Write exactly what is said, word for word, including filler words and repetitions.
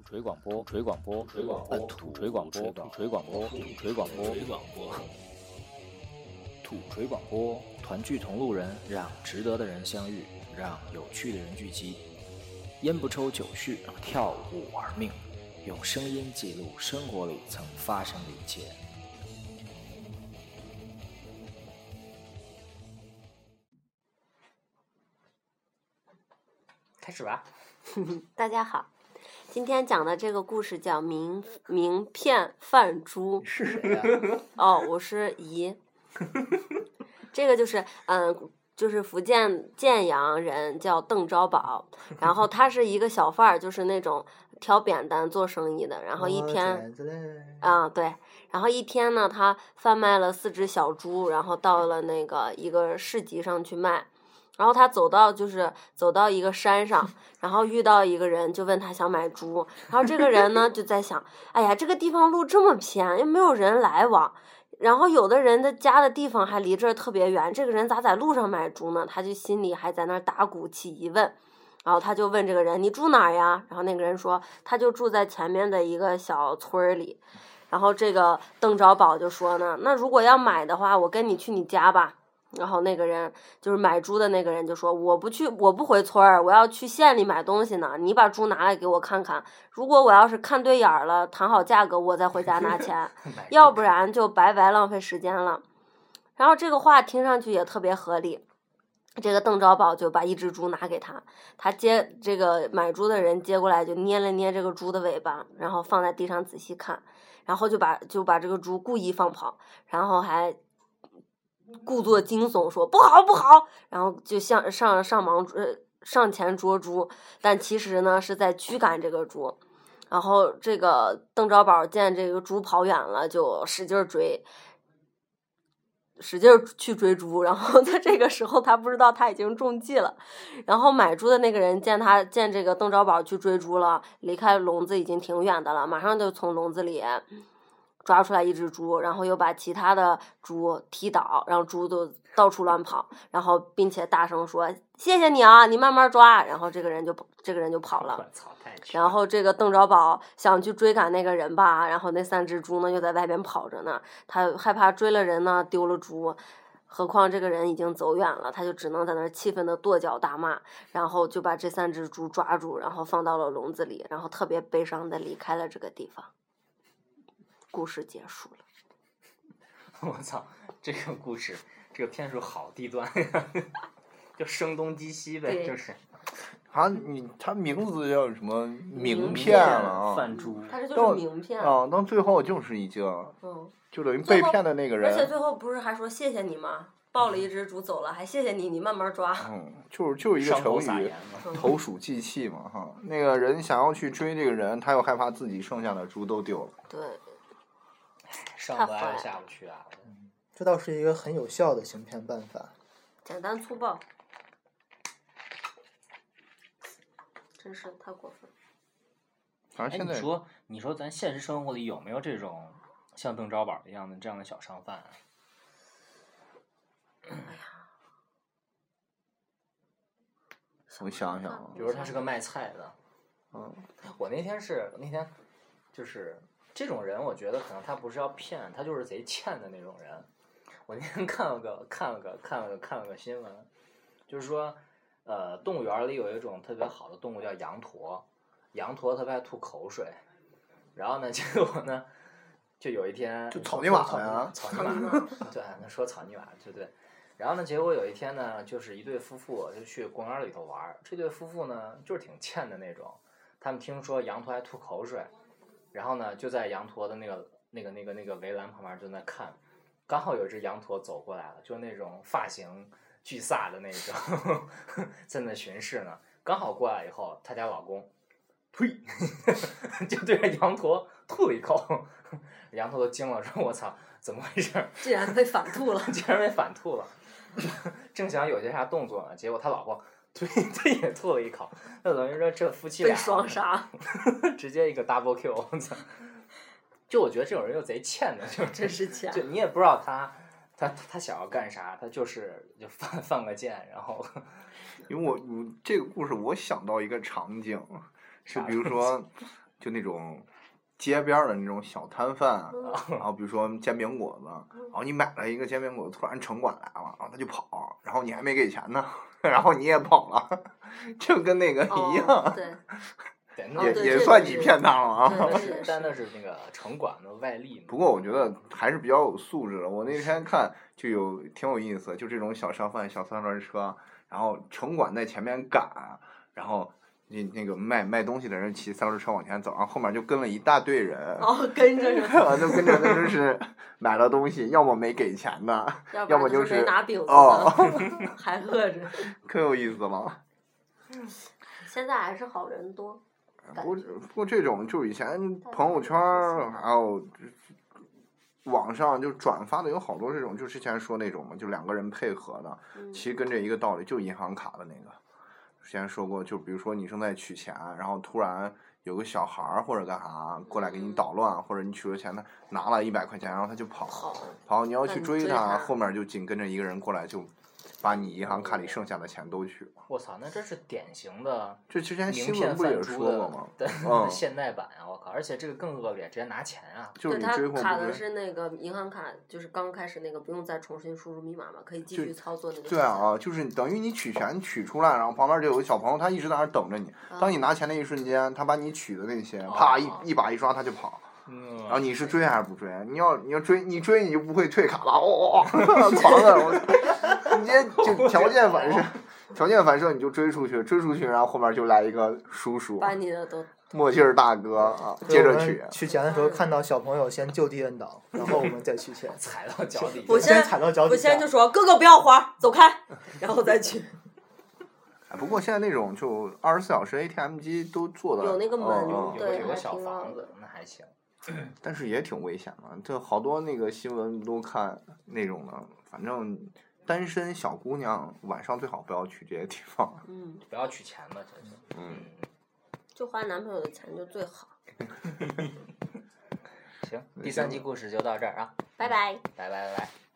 锤广播，锤广播，锤广播，土锤广播，土锤广播，土锤广播，土锤广播，土锤广播，团聚同路人，让值得的人相遇，让有趣的人聚集。烟不抽酒续，跳舞玩命，用声音记录生活里曾发生的一切。 开始吧。 大家好，今天讲的这个故事叫名名片贩猪。 是谁呀、 啊？哦，我是姨。这个就是嗯，就是福建建阳人，叫邓昭宝。然后他是一个小贩儿，就是那种挑扁担做生意的。然后一天，啊、嗯、对，然后一天呢，他贩卖了四只小猪，然后到了那个一个市集上去卖。然后他走到就是走到一个山上，然后遇到一个人，就问他想买猪。然后这个人呢就在想，哎呀，这个地方路这么偏，又没有人来往，然后有的人的家的地方还离这儿特别远，这个人咋在路上买猪呢？他就心里还在那儿打鼓起疑问。然后他就问这个人，你住哪儿呀？然后那个人说，他就住在前面的一个小村里。然后这个邓昭宝就说呢，那如果要买的话，我跟你去你家吧。然后那个人就是买猪的那个人就说，我不去，我不回村儿，我要去县里买东西呢，你把猪拿来给我看看，如果我要是看对眼儿了，谈好价格，我再回家拿钱，要不然就白白浪费时间了。然后这个话听上去也特别合理，这个邓昭宝就把一只猪拿给他，他接这个买猪的人接过来就捏了捏这个猪的尾巴，然后放在地上仔细看，然后就把就把这个猪故意放跑，然后还故作惊悚说不好不好，然后就向上上忙呃上前捉猪，但其实呢是在驱赶这个猪。然后这个邓昭宝见这个猪跑远了，就使劲追，使劲去追猪。然后在这个时候他不知道他已经中计了。然后买猪的那个人见他见这个邓昭宝去追猪了，离开笼子已经挺远的了，马上就从笼子里抓出来一只猪，然后又把其他的猪踢倒，让猪都到处乱跑，然后并且大声说谢谢你啊，你慢慢抓。然后这个人就这个人就跑了。然后这个邓昭宝想去追赶那个人吧，然后那三只猪呢又在外边跑着呢，他害怕追了人呢丢了猪，何况这个人已经走远了，他就只能在那儿气愤的跺脚大骂，然后就把这三只猪抓住，然后放到了笼子里，然后特别悲伤的离开了这个地方。故事结束了。 我操，这个故事这个骗术好低端呀，就声东击西呗，就是啊，你他名字叫什么名片了啊？ 贩猪， 他这就是名片啊，到最后就是一个， 嗯， 就等于被骗的那个人。 而且最后不是还说谢谢你吗？抱了一只猪走了，还谢谢你，你慢慢抓。 嗯，就是就是一个成语，投鼠忌器嘛哈。那个人想要去追这个人，他又害怕自己剩下的猪都丢了。 对。 上不来下不去啊！ 嗯，这倒是一个很有效的行骗办法。 简单粗暴，真是太过分。 反正现在、 哎、你说，你说咱现实生活里有没有这种像邓昭宝一样的这样的小商贩啊？ 哎呀， 我想想啊， 比如他是个卖菜的， 嗯， 我那天是那天就是。这种人，我觉得可能他不是要骗，他就是贼欠的那种人。我那天看了个看了个看了个看了个新闻，就是说，呃，动物园里有一种特别好的动物叫羊驼，羊驼特别爱吐口水，然后呢，结果呢，就有一天就草泥马呀， 草泥马，对，那说草泥马，对对。然后呢，结果有一天呢，就是一对夫妇就去公园里头玩，这对夫妇呢就是挺欠的那种，他们听说羊驼爱吐口水。然后呢，就在羊驼的那个、那个、那个、那个围栏旁边就在看，刚好有一只羊驼走过来了，就那种发型巨飒的那种，在那巡视呢。刚好过来以后，他家老公，呸，就对着羊驼吐了一口，羊驼都惊了，说：“我操，怎么回事？ 竟然被反吐了！ 竟然被反吐了！”正想有些啥动作呢，结果他老婆。对，他也吐了一口，那等于说这夫妻俩被双杀， 直接一个 double kill， 我操！就我觉得这种人就贼欠的，就真是欠。 就你也不知道他，他他想要干啥，他就是就放放个箭，然后。 因为我我这个故事我想到一个场景，是比如说， 就那种街边的那种小摊贩，然后比如说煎饼果子，然后你买了一个煎饼果子，突然城管来了，然后他就跑，然后你还没给钱呢，然后你也跑了，就跟那个一样。 哦、对。 也也算你骗他了啊！ 但那是那个城管的外力。 不过我觉得还是比较有素质的。我那天看就有挺有意思，就这种小商贩、小三轮车，然后城管在前面赶，然后那那个卖卖东西的人骑三轮车往前走，然后后面就跟了一大堆人。 哦，跟着是。 就跟着那就是买了东西，要么没给钱的，要么就是没拿饼子的， 哦， 还饿着。 可有意思了。 现在还是好人多。 不过不过这种就以前朋友圈还有网上就转发的有好多这种，就之前说那种嘛，就两个人配合的， 嗯、 其实跟这一个道理，就银行卡的那个，之前说过，就比如说你正在取钱，然后突然有个小孩儿或者干啥过来给你捣乱， 嗯、 或者你取了钱，他拿了一百块钱，然后他就跑， 跑， 跑你要去追他， 他后面就紧跟着一个人过来就。把你银行卡里剩下的钱都取了。 我操，那这是典型的这之前新闻不也说过吗？ 对， 嗯、 现代版啊！我靠，而且这个更恶劣，直接拿钱啊！ 就是你追货卡的是那个银行卡，就是刚开始那个不用再重新输入密码嘛，可以继续操作那个。 对啊，就是等于你取钱取出来，然后旁边就有个小朋友，他一直在那等着你。 嗯、 当你拿钱那一瞬间，他把你取的那些，啪、 哦、 一一把一抓，他就跑。 嗯、 然后你是追还是不追？你要你要追，你追你就不会退卡了，哦，狂的，我，你直接就条件反射，条件反射你就追出去，追出去，然后后面就来一个叔叔， 把你的都墨镜大哥啊，接着取。 取钱的时候看到小朋友先就地摁倒，然后我们再取钱， 踩到脚底， 我先踩到脚底， 我先就说哥哥不要滑，走开，然后再取。 不过现在那种就二十四小时 A T M 机都做的有那个门， 嗯、 对， 有个小房子，那还行。 但是也挺危险的，这好多那个新闻都看那种的，反正单身小姑娘晚上最好不要去这些地方。 嗯， 不要取钱嘛，真是。 嗯。 就花男朋友的钱就最好。 行，第三集故事就到这儿啊。 拜拜。 拜拜拜拜。